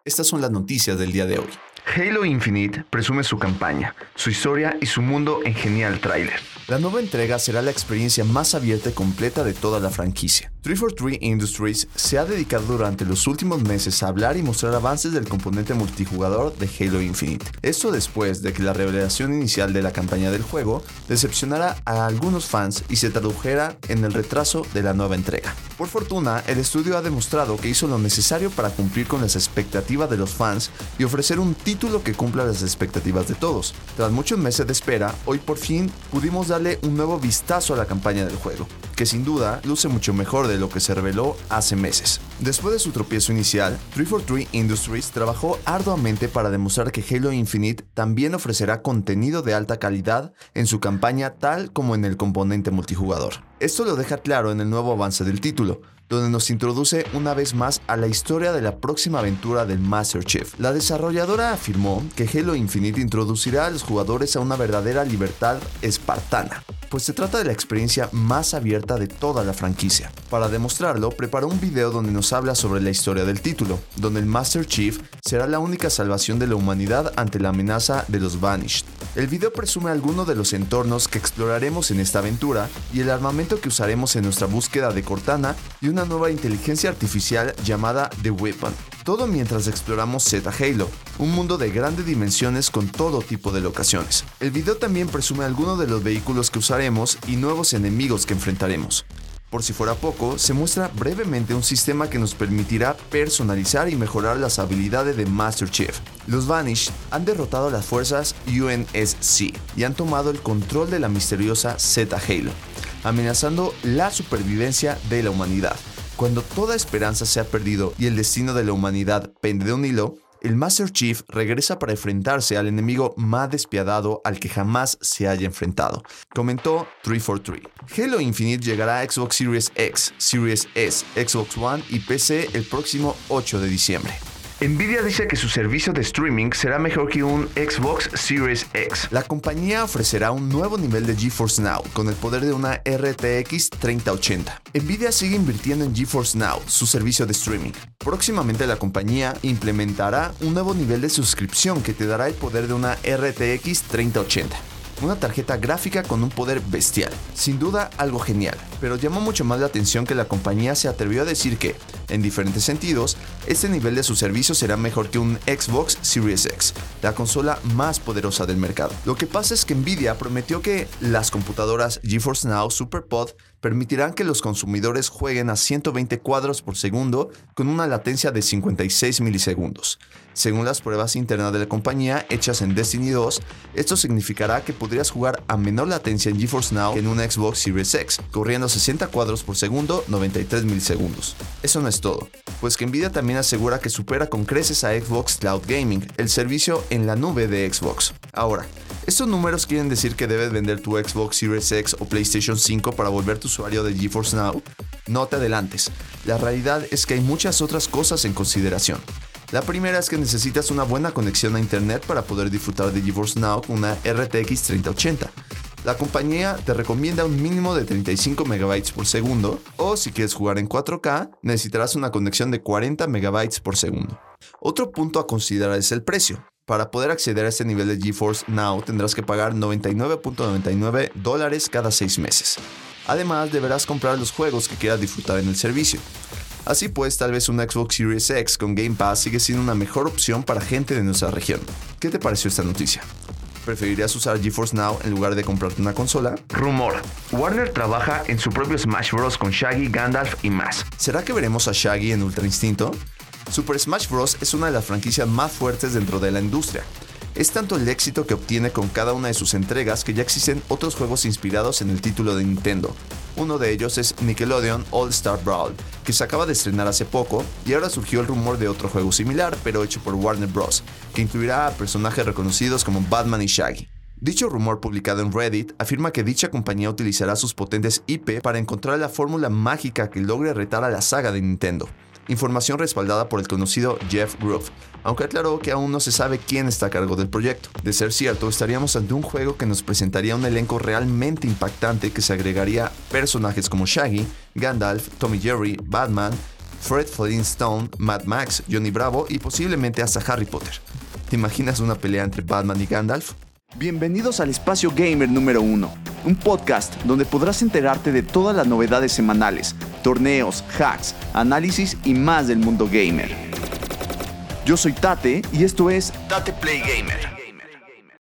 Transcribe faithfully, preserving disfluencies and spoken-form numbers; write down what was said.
Estas son las noticias del día de hoy. Halo Infinite presume su campaña, su historia y su mundo en genial tráiler. La nueva entrega será la experiencia más abierta y completa de toda la franquicia. trescientos cuarenta y tres Industries se ha dedicado durante los últimos meses a hablar y mostrar avances del componente multijugador de Halo Infinite. Esto después de que la revelación inicial de la campaña del juego decepcionara a algunos fans y se tradujera en el retraso de la nueva entrega. Por fortuna, el estudio ha demostrado que hizo lo necesario para cumplir con las expectativas de los fans y ofrecer un título que cumpla las expectativas de todos. Tras muchos meses de espera, hoy por fin pudimos darle un nuevo vistazo a la campaña del juego, que sin duda luce mucho mejor de lo que se reveló hace meses. Después de su tropiezo inicial, trescientos cuarenta y tres Industries trabajó arduamente para demostrar que Halo Infinite también ofrecerá contenido de alta calidad en su campaña tal como en el componente multijugador. Esto lo deja claro en el nuevo avance del título, donde nos introduce una vez más a la historia de la próxima aventura del Master Chief. La desarrolladora afirmó que Halo Infinite introducirá a los jugadores a una verdadera libertad espartana, pues se trata de la experiencia más abierta de toda la franquicia. Para demostrarlo, preparó un video donde nos habla sobre la historia del título, donde el Master Chief será la única salvación de la humanidad ante la amenaza de los Vanished. El video presume algunos de los entornos que exploraremos en esta aventura y el armamento que usaremos en nuestra búsqueda de Cortana y una nueva inteligencia artificial llamada The Weapon. Todo mientras exploramos Z Halo, un mundo de grandes dimensiones con todo tipo de locaciones. El video también presume algunos de los vehículos que usaremos y nuevos enemigos que enfrentaremos. Por si fuera poco, se muestra brevemente un sistema que nos permitirá personalizar y mejorar las habilidades de Master Chief. Los Vanished han derrotado a las fuerzas U N S C y han tomado el control de la misteriosa Z Halo, amenazando la supervivencia de la humanidad. Cuando toda esperanza se ha perdido y el destino de la humanidad pende de un hilo, el Master Chief regresa para enfrentarse al enemigo más despiadado al que jamás se haya enfrentado, comentó trescientos cuarenta y tres. Halo Infinite llegará a Xbox Series X, Series S, Xbox One y P C el próximo ocho de diciembre. Nvidia dice que su servicio de streaming será mejor que un Xbox Series X. La compañía ofrecerá un nuevo nivel de GeForce Now con el poder de una R T X treinta ochenta. Nvidia sigue invirtiendo en GeForce Now, su servicio de streaming. Próximamente la compañía implementará un nuevo nivel de suscripción que te dará el poder de una R T X treinta ochenta. Una tarjeta gráfica con un poder bestial. Sin duda algo genial, pero llamó mucho más la atención que la compañía se atrevió a decir que, en diferentes sentidos, este nivel de su servicio será mejor que un Xbox Series X, la consola más poderosa del mercado. Lo que pasa es que Nvidia prometió que las computadoras GeForce Now SuperPod permitirán que los consumidores jueguen a ciento veinte cuadros por segundo con una latencia de cincuenta y seis milisegundos. Según las pruebas internas de la compañía hechas en Destiny dos, esto significará que podrías jugar a menor latencia en GeForce Now que en un Xbox Series X, corriendo a sesenta cuadros por segundo, noventa y tres milisegundos. Eso no es todo, pues que Nvidia también asegura que supera con creces a Xbox Cloud Gaming, el servicio en la nube de Xbox. Ahora, estos números quieren decir que debes vender tu Xbox Series X o PlayStation cinco para volverte usuario de GeForce Now. No te adelantes, la realidad es que hay muchas otras cosas en consideración. La primera es que necesitas una buena conexión a internet para poder disfrutar de GeForce Now con una R T X treinta ochenta. La compañía te recomienda un mínimo de treinta y cinco megabytes por segundo, o si quieres jugar en cuatro K, necesitarás una conexión de cuarenta megabytes por segundo. Otro punto a considerar es el precio. Para poder acceder a este nivel de GeForce Now tendrás que pagar noventa y nueve punto noventa y nueve dólares cada seis meses. Además, deberás comprar los juegos que quieras disfrutar en el servicio. Así pues, tal vez un Xbox Series X con Game Pass sigue siendo una mejor opción para gente de nuestra región. ¿Qué te pareció esta noticia? ¿Preferirías usar GeForce Now en lugar de comprarte una consola? Rumor: Warner trabaja en su propio Smash Bros. Con Shaggy, Gandalf y más. ¿Será que veremos a Shaggy en Ultra Instinto? Super Smash Bros. Es una de las franquicias más fuertes dentro de la industria. Es tanto el éxito que obtiene con cada una de sus entregas que ya existen otros juegos inspirados en el título de Nintendo. Uno de ellos es Nickelodeon All Star Brawl, que se acaba de estrenar hace poco, y ahora surgió el rumor de otro juego similar, pero hecho por Warner Bros., que incluirá a personajes reconocidos como Batman y Shaggy. Dicho rumor publicado en Reddit afirma que dicha compañía utilizará sus potentes I P para encontrar la fórmula mágica que logre retar a la saga de Nintendo. Información respaldada por el conocido Jeff Grubb, aunque aclaró que aún no se sabe quién está a cargo del proyecto. De ser cierto, estaríamos ante un juego que nos presentaría un elenco realmente impactante que se agregaría personajes como Shaggy, Gandalf, Tom y Jerry, Batman, Fred Flintstone, Mad Max, Johnny Bravo y posiblemente hasta Harry Potter. ¿Te imaginas una pelea entre Batman y Gandalf? Bienvenidos al Espacio Gamer número uno, un podcast donde podrás enterarte de todas las novedades semanales, torneos, hacks, análisis y más del mundo gamer. Yo soy Tate y esto es Tate Play Gamer.